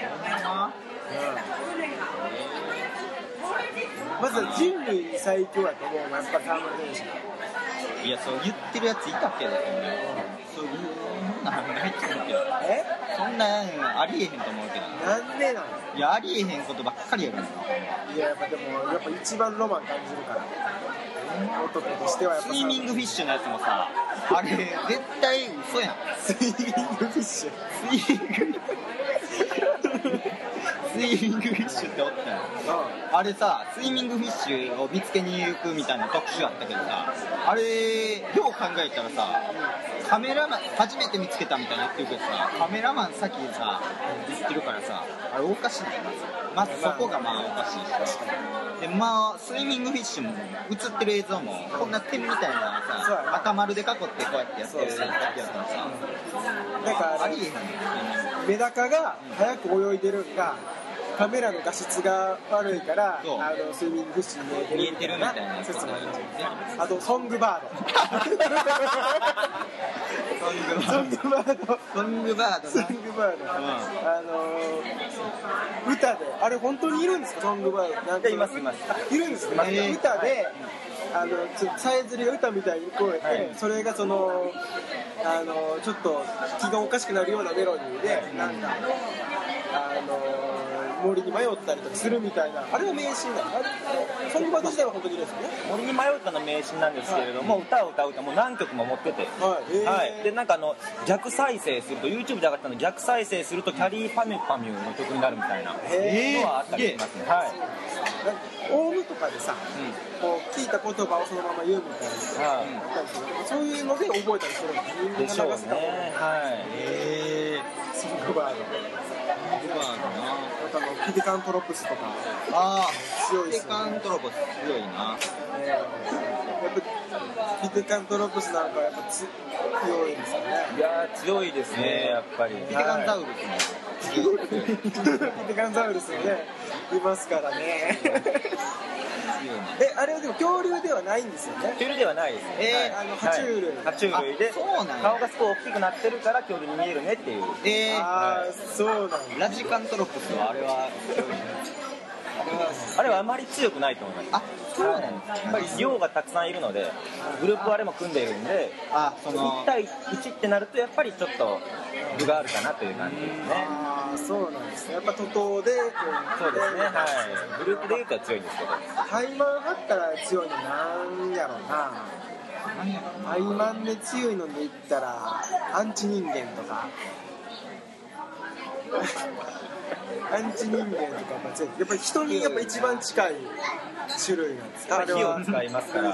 まずは人類最強やと思うのはやっぱ沢村選手。いや、そう言ってるやついたけどね、そういうそんなないと思うけど。 え？ そんなんありえへんと思うけど。 なんでなの？ いや、ありえへんことばっかりやからな。 いや、やっぱでもやっぱ一番ロマン感じるから。男としてはやっぱスイミングフィッシュのやつもさ、あれ絶対嘘やん。 スイミングフィッシュ。 スイミングスイミングフィッシュっておったよ、うん、あれさ、スイミングフィッシュを見つけに行くみたいな特集あったけどさ、あれよう考えたらさ、カメラマン初めて見つけたみたいな言ってるけどさ、カメラマン先にさ言ってるからさ、あれおかしいんだよ。まずそこがまあおかしいし、でまあスイミングフィッシュも映ってる映像もこんな点みたいなさ、赤丸で囲ってこうやってやってるだけやったらさ、 だからありえへん。 メダカが早く泳いでるんがカメラの画質が悪いから、あのスイミングフィッシュに見えてるみたいな説もあります。あとソングバードソングバードソングバードソングバード、あのー、歌であれ本当にいるんですか？ソングバードなんかいますいますいるんですね、えー、歌で、あのちょさえずりが歌みたいに聞こえて、はい、それがそのあのちょっと気がおかしくなるようなメロディーで、はい、なんかあの森に迷ったりとかするみたいな、あれは迷信なの？ソングバード自体は本当にいるんですよね。 森に迷ったの迷信なんですけれども、はい、歌を歌うともう何曲も持ってて、はいはい、でなんかあの逆再生すると YouTube で上がったの逆再生するとキャリーパミュパミュの曲になるみたいなのはあったりしますね。はい。 オウムとかでさ、うん、こう聞いた言葉をそのまま言うみたいな、はい、そういうので覚えたりするんでしょうね。はい。 えー、ソングバード。ソングバードな。あとあのピテカントロプスとか。 ああ、 強いですよね。 ピテカントロプス強いな。 えー、やっぱピテカントロプスなんかやっぱ強いですよね。 いやー強いですね、やっぱり。 ピテカンザウルスも。 ピテカンザウルスもねいますからね。え、あれはでも恐竜ではないんですよね。 恐竜ではないですね。 えー、あの爬虫類。 爬虫類で顔がすごい大きくなってるから恐竜に見えるねっていう。 えー、あー、そうなんだ。 ラジカントロプスはあれはあれはあまり強くないと思います。 あ、そうなんです。 やっぱり量がたくさんいるので、グループあれも組んでいるんで、あ、そのいち対いちってなるとやっぱりちょっと分があるかなという感じですね。 ああ、そうなんですね。やっぱ徒党で、 そうですね。はい。グループでいうと強いんですけど。 タイマン張ったら強いのなんやろうな。タイマンで強いので言ったらアンチ人間とか。アンチ人間とかやっぱり人にやっぱ一番近い種類なんですか？ 火を使いますから。はい、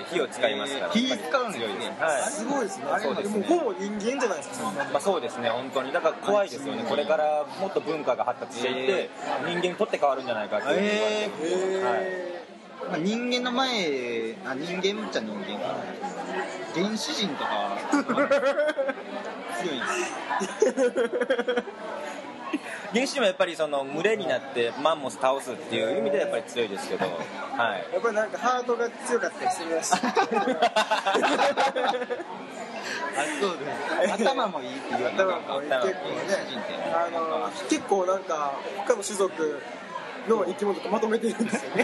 火を使いますから。 火使うんですよね。 はい。すごいですね。あれもでもほぼ人間じゃないですか。 まあそうですね、本当に。だから怖いですよね。これからもっと文化が発達していって人間にとって変わるんじゃないかっていう。 へえ。まあ人間の前、あ人間っちゃ人間か。原始人とか強いんです。 原始人はやっぱりその群れになってマンモス倒すっていう意味でやっぱり強いですけど、はい、 やっぱりなんかハートが強かったりするらしい。 あ、そうです。頭もいいっていう。 頭もいい。結構ね、あの結構なんか他の種族の生き物とかまとめてるんですよね。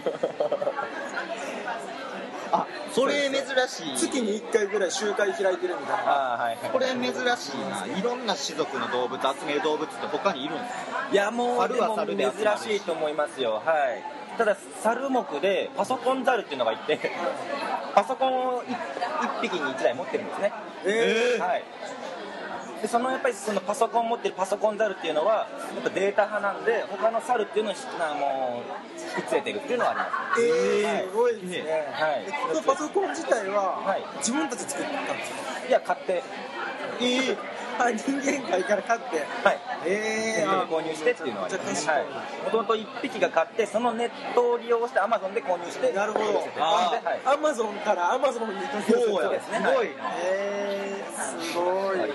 あ、それ珍しい。 月にいっかいぐらい集会開いてるみたいな。 あ、はいはい、 これ珍しいな。いろんな種族の動物集める動物って他にいるんですか？ いやもうでも珍しいと思いますよ。はい。ただ猿目でパソコンザルっていうのがいて、パソコンをいっぴきにいちだい持ってるんですね。 えー、 はい。でそのやっぱりそのパソコンを持ってるパソコンザルっていうのはやっぱデータ派なんで他の猿っていうのをもう引き連れてるっていうのはあります。 えー、すごいですね。 はい。 そのパソコン自体は、はい、自分たち作ったんですか？ いや買って。 えー、あ、人間界から買って。 はい。 えー、購入してっていうのはあります。はい。もともといっぴきが買ってそのネットを利用してアマゾンで購入して。 なるほど。アマゾンからアマゾンに取り寄せて。 そうですね。 すごいな。えー、すごい。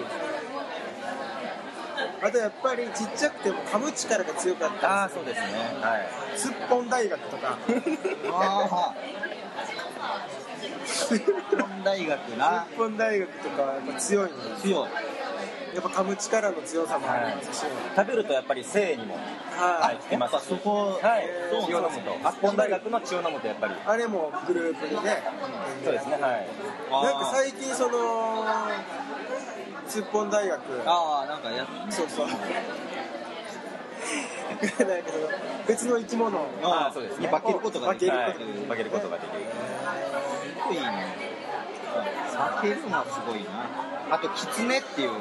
あとやっぱりちっちゃくても噛む力が強かった。 ああ、そうですね。はい。 すっぽん大学とか。 ああ。すっぽん大学な。 すっぽん大学とかやっぱ強いの。 強い。 やっぱ噛む力の強さもありますし、 食べるとやっぱり性にもはい来てます。 そこ、 はい、血を飲むと、アッポン大学の血を飲むとやっぱりあれもグループでね。 そうですね。はい。 なんか最近そのすっぽん大学、 ああなんかやそうそう。なんかその別の生き物あそうですね。 化けることができる。 化けることができる。 すごいね。化けるのはすごいな。あとキツネっていう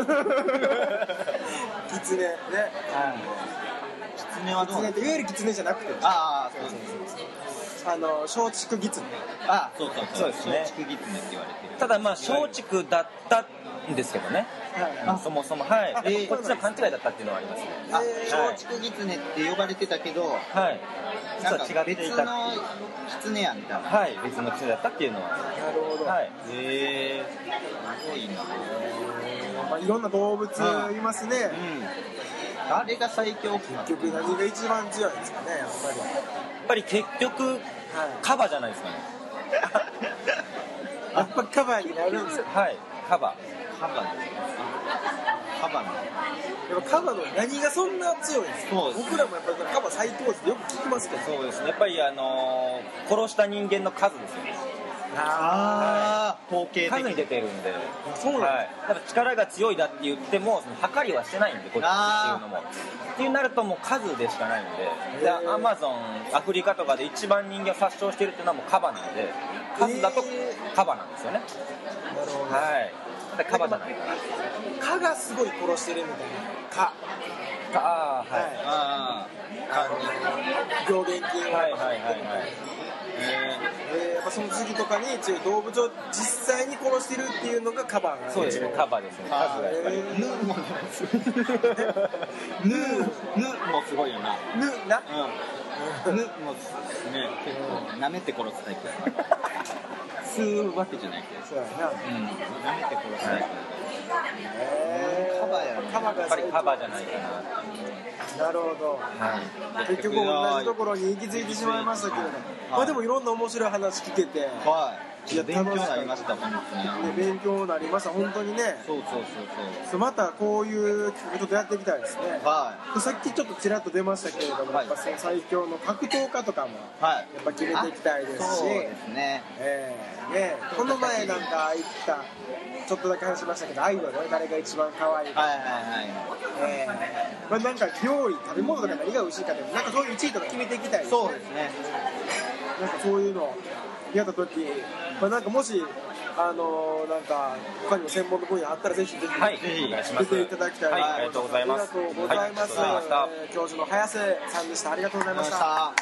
キツネね、 キツネはどう？ キツネっていわゆるキツネじゃなくて、 ああそうそうそうあの松竹キツネ、 あそうそうそうですね、 松竹キツネって言われてる。 ただまあ松竹だったんですけどね、あそもそもはい、えー、こっちは勘違いだったっていうのはありますね。 あ、松竹キツネって呼ばれてたけど、 はい、実は違っていた別のキツネやみたいな。 はい、別のキツネだったっていうのは。 なるほど。 はい。 へえ。すごいな。 まあいろんな動物いますね。 うん。あれが最強。 結局何が一番強いんですかね、やっぱり。 やっぱり結局、はい、カバじゃないですかね。 やっぱカバーになるんですか？ はい、カバーカバーですカバーなんやっぱカバーの何がそんな強いんですか？ そうです僕らもやっぱりカバー最高ですよく聞きますけど。 そうですね、やっぱりあのー、殺した人間の数ですよね。 ああ統計的数に出てるんで、 そうなんです、 はい、だから力が強いだって言ってもその測りはしてないんで、こっちっていうのもっていうなるともう数でしかないんで、でアマゾンアフリカとかで一番人間を殺傷してるっていうのはもうカバなんで、数だとカバなんですよね。 なるほど、 はい、だからカバじゃないかな。 蚊がすごい殺してるみたいな。蚊ああ、はい、 ああの病原菌を、 はいはいはいはい、 えー、やっぱその次とかに強い動物を実際に殺してるっていうのがカバーなんそうですね、カバですね、数がやっぱり。 ヌーもヌーヌーもすごいよな。 ぬなうんヌーもね結構舐めて殺すタイプ吸うわけじゃないけど、 そうやな、 うん舐めて殺すタイプ。 えー、 カバーやろカバーがやっぱりカバじゃないかな。 なるほど、 はい、 結局同じところに行き着いてしまいましたけれども、まあでもいろんな面白い話聞けて、 はいいや勉強になりました本当に。 で勉強になりました本当にね。 そうそうそうそうまたこういう企画ちょっとやっていきたいですね。 はでさっきちょっとちらっと出ましたけれども、 はいやっぱその最強の格闘家とかもはいやっぱ決めていきたいですし、 そうですね。 えーね、この前なんか言ったちょっとだけ話しましたけど、アイドル誰が一番可愛いか、 はいはいはいえーまあ、なんか料理食べ物とか何が美味しいかでもなんかそういういちいとか決めていきたいですね。 そうですね。 なんかそういうのをやった時、まあ、なんかもしあのー、なんか他にも専門の分野あったらぜひぜひ、 はい、ぜひお願いします。 出ていただきたいな、 はい、ありがとうございます。 ありがとうございます。 はい、ありがとうございました。 えー教授の早瀬さんでした。ありがとうございました。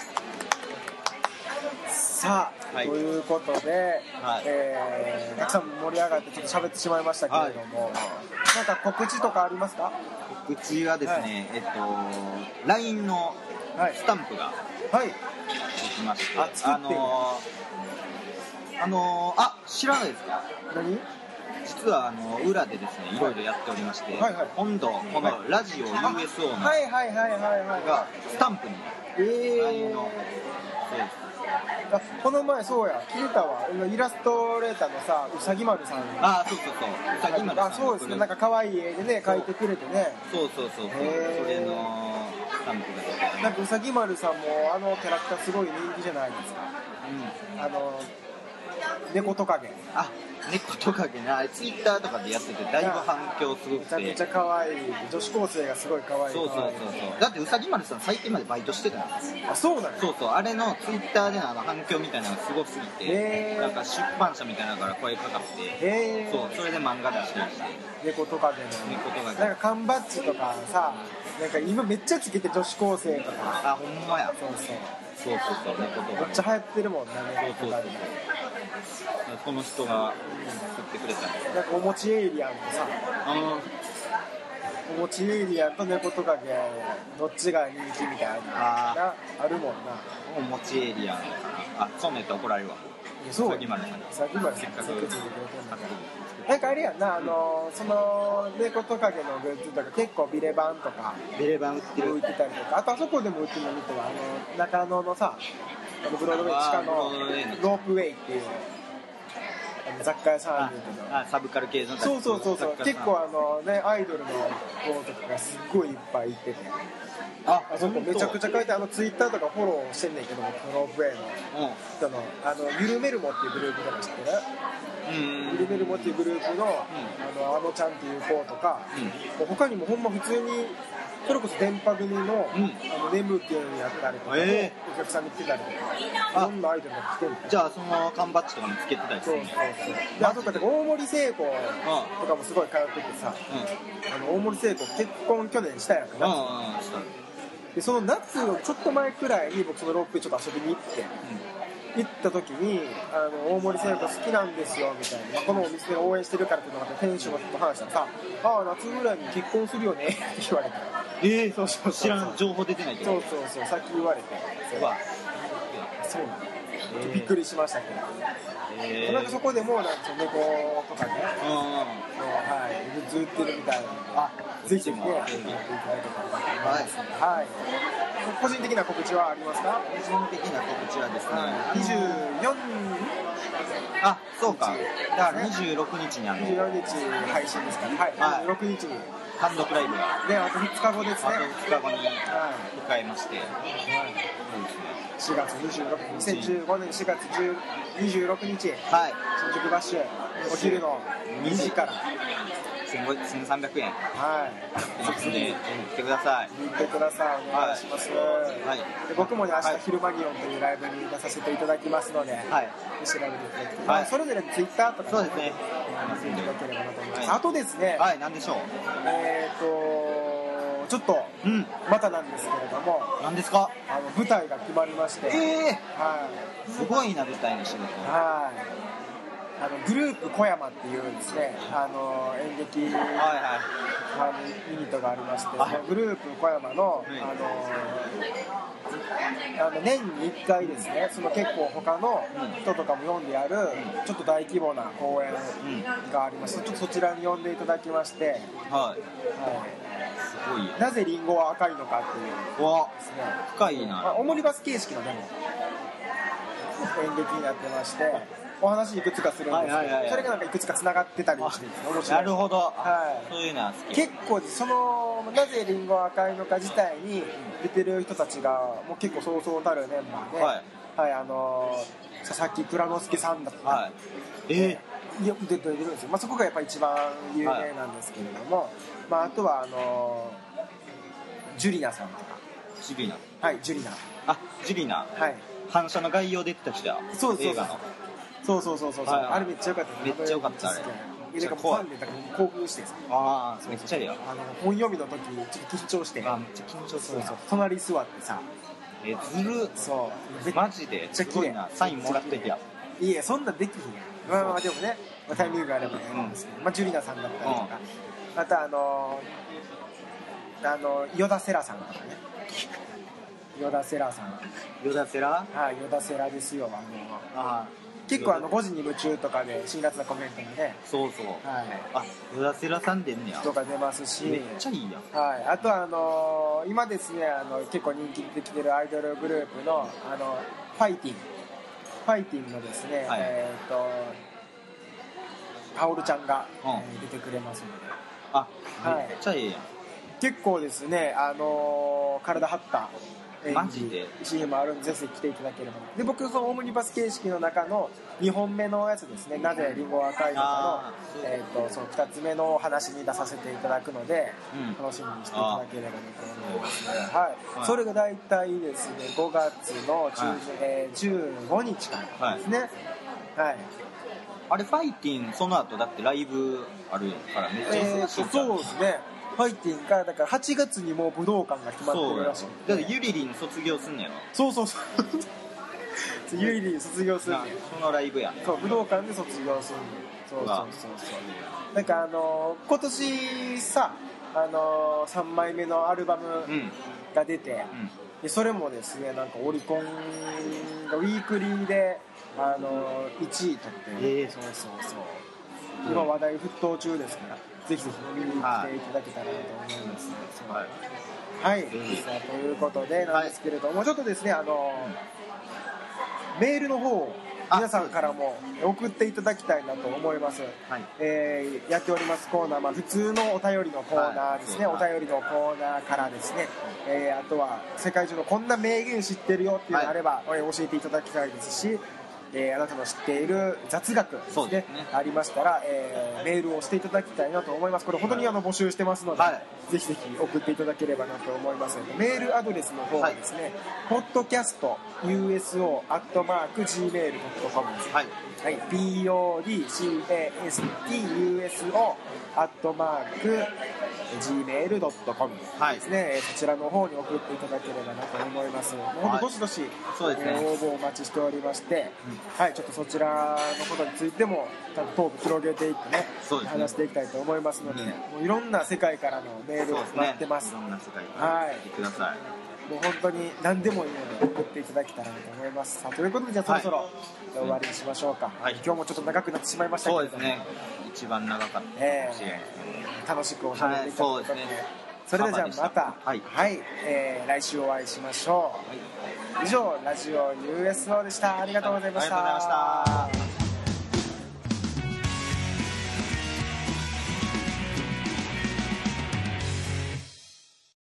さあ、はい、ということで、はい、えー、たくさん盛り上がってちょっと喋ってしまいましたけれども、はい、なんか告知とかありますか？ 告知はですね、はい、えっと ライン のスタンプができまして、はい、あ, あのー、あのー、あ知らないですか？ 何？ 実はあの裏でですねいろいろやっておりまして、はいはい、今度このラジオ ユーエスオー のがスタンプに ライン のそうです。 あこの前そうや聞いたわ、イラストレーターのさうさぎ丸さん。 あそうそうそううさぎ丸さん。 あそうですね、なんか可愛い絵でね描いてくれてね。 そうそうそうそうそれのスタンプが出て、 なんかうさぎ丸さんもあのキャラクターすごい人気じゃないですか。うん、あの猫トカゲ。 あ猫トカゲな、ツイッターとかでやっててだいぶ反響すごくて、 めちゃくちゃ可愛い女子高生がすごい可愛い。 そうそうそうそう、だってうさぎ丸さん最近までバイトしてたんですよ。 あそうなんや。 そうそう、あれのツイッターでのあの反響みたいなのがすごすぎて、なんか出版社みたいなのから声かかって、そうそれで漫画出したりして、 猫トカゲの猫トカゲなんか缶バッジとかさ、なんか今めっちゃつけて女子高生とか。 あほんまや。 そうそうそうそうそう、猫トカゲめっちゃ流行ってるもんね、猫トカゲ。 この人が作ってくれたんです。 なんかお餅エイリアンとさ、お餅エイリアンと猫トカゲどっちが人気みたいなあるもんな。 お餅エイリアンあそうめって怒られるわ。 そうさぎ丸さんさぎ丸さんせっかくなんかあれやんな、あのその猫トカゲのグッズとか結構ビレバンとかビレバン売ってる売ってたりとか、あとあそこでも売ってるの見ては、あの中野のさブロードウェイ地下のロープウェイっていう雑貨屋さんあるけど、 あサブカル系のそうそうそうそう、結構あのねアイドルの子とかがすっごいいっぱいいてて、ああそこめちゃくちゃ書いて、あのツイッターとかフォローしてんねんけども、ロープウェイの人のあのゆるめるもっていうグループとか知ってる？ゆるめるもっていうグループの、うん、あのあのちゃんっていう子とか、うん、他にもほんま普通にそれこそ電波組の、うん、あのネムケンやったりとか、えー、お客さんに来てたりとか、いろんなアイドルが来てる。 じゃあその缶バッジとかもつけてたりするね。 そうそうそう。であとか大森聖子とかもすごい通っててさ、うん、あの大森聖子結婚去年したやんか、夏、うん、でその夏のちょっと前くらいに僕そのロープちょっと遊びに行って、うん、行った時にあの大森聖子好きなんですよみたいな、このお店で応援してるからっていうのが店主の人と話したらさ、ああ夏ぐらいに結婚するよねって言われた。 えー、そうそうそう、知らん情報出てないけど、 そうそうそう、さっき言われて、 うわそうなのえー、びっくりしましたけど、えー、なんかそこでもなんか猫とかね、うん、はい、グッズ売ってるみたいなので、あ、ぜひぜひね、やっていただけたらと思いますので、はい、はい、個人的な告知はありますか？ 個人的な告知はですね、 はい、にじゅうよん、 あ、そうか、だからにじゅうろくにちにあのにじゅうよっか配信ですから、はい、にじゅうろくにちに単独ライブがで、あとふつかごですね、 あとふつかごに迎えまして、はい、 しがつにじゅうろくにち、にせんじゅうごねんしがつにじゅうろくにち、はい、新宿バッシュ、お昼のにじからせんさんびゃくえん、 はい、 ぜひね、来てください。 見てください、お願いします。はい、で僕もね、明日、はい、昼間ギオンというライブに出させていただきますので、はい、調べていただきて、はい、それぞれツイッターとか、ね、 そうですね、 見ていただければなと思います。はい、あとですね、 はい、何でしょう。 えーとちょっと、うん、またなんですけれども、 何ですか？ あの舞台が決まりまして、えー、はい、すごいな、舞台の仕事。 はい、あのグループ小山っていうですね、あの演劇、はいはい、あのユニットがありまして、はい、そのグループ小山の、はい、あのあの年にいっかいですね、その結構他の人とかも読んでやる、うん、ちょっと大規模な公演がありまして、ちょっとそちらに呼んでいただきまして、はい、はい、すごい。なぜリンゴは赤いのかっていうですね、 深いな、 まあ、オムニバス形式のでも演劇になってまして、お話いくつかするんですけど、はいはいはいはい、それがなんかいくつかつながってたりしてですね、面白い。 なるほど、はい、そういうのは好き。 結構そのなぜリンゴは赤いのか自体に出てる人たちがもう結構そうそうたるメンバーで、はいはい、あのー、佐々木蔵之介さんだったり、はい、えー、いや出てるんですよ。まあ、そこがやっぱり一番有名なんですけれども、はい、まあ、あとはあのー、ジュリナさんとか。 ジュリナ、 はい、ジュリナ、 あ、ジュリナ、はい、反射の概要で言ってた人だ。 そうそうそう、 映画のそうそうそうそう、はいはい、あれめっちゃ良かった。 めっちゃ良かった。あれなんかファンでだから興奮してさ、 ああ、めっちゃいいよ。 あの本読みの時ちょっと緊張して、 あ、めっちゃ緊張する。そうそう、 隣座ってさ、 え、ずる、そうマジでめっちゃ綺麗な。サインもらっといてや。いや、そんなんできひんやん。まあまあでもね、まあ、タイミングがあればやるんですけど、うん、まあジュリナさんだったりとか、うん、またあのー、あのヨダセラさんとかね。ヨダセラさん。 ヨダセラ？ はい、ヨダセラですよ。あのあ結構あのごじに夢中とかで辛辣なコメントもね、 そうそう、はい、あ、ヨダセラさん出んねやとか出ますし、 めっちゃいいやん。 はい、あとはあのー、今ですね、あの結構人気できてるアイドルグループのあのファイティングファイティングのですね、はい、えっ、ー、とカオルちゃんが、うん、えー、出てくれますので、 あ、めっちゃいいやん。 結構ですね、あのー、体張ったマジでシーエム あるんで、ぜひ来ていただければ。で、僕そのオムニバス形式の中のにほんめのやつですね、なぜリンゴは赤いのかの、えー、とそのふたつめの話に出させていただくので、うん、楽しみにしていただければなと思いますね。はい、はい、それが大体ですね、ごがつの中旬、はい、えー、じゅうごにちからですね。はい、はい、 あれファイティンその後だってライブあるからめっちゃ忙しい、えー、 そうですね。ファイティンがだからはちがつにもう武道館が決まってるらしい。 だってユリリン卒業すんねやろ。 そうそうそうユリリン卒業すんねん。 そのライブや。 そう、武道館で卒業すんねん。そうそうそうそう。なんかあのー、今年さ、あのー、さんまいめのアルバムが出て、うんうん、でそれもですね、なんかオリコンがウィークリーで、あのー、いちい取って、えー、そうそうそう、今話題沸騰中ですから、ぜひぜひ見に来ていただけたらなと思います、ね。はい、はい、さあということでなんですけれども、はい、ちょっとですね、あのメールの方を皆さんからも送っていただきたいなと思います。はい、えー、やっておりますコーナー、まあ、普通のお便りのコーナーですね、はい、お便りのコーナーからですね、えー、あとは世界中のこんな名言知ってるよっていうのがあれば、はい、教えていただきたいですし、えー、あなたの知っている雑学ですね、ですねありましたら、えー、メールをしていただきたいなと思います。これ本当にあの募集してますので、はい、ぜひぜひ送っていただければなと思います。メールアドレスの方はですね、はい、ポッドキャスト ユーエスオー アットマーク ジーメールドットコム です。はい、はい、ピーオーディーシーエーエスティーユーエスオー アットマーク ジーメールドットコム ですね、はい、そちらの方に送っていただければなと思います。もう本当どしどし、はい、ね、応募お待ちしておりまして、うん、はい、ちょっとそちらのことについてもちゃんとトーク広げていってね、そうですね、話していきたいと思いますので、うん、もういろんな世界からのメールを待ってます。 いろんな世界から来てください。 もう本当に何でもいいので送っていただけたらなと思います。さあということでじゃあそろそろ、はい、終わりにしましょうか、はい、今日もちょっと長くなってしまいましたけど、 そうですね、一番長かったかもしれないですね、 えー、楽しくおしゃべりできたということで、はい、そうですね、それでじゃあまた、はい、はい、えー、来週お会いしましょう、はい、以上ラジオ ユーエスオー でした。ありがとうございました。 ありがとうございました。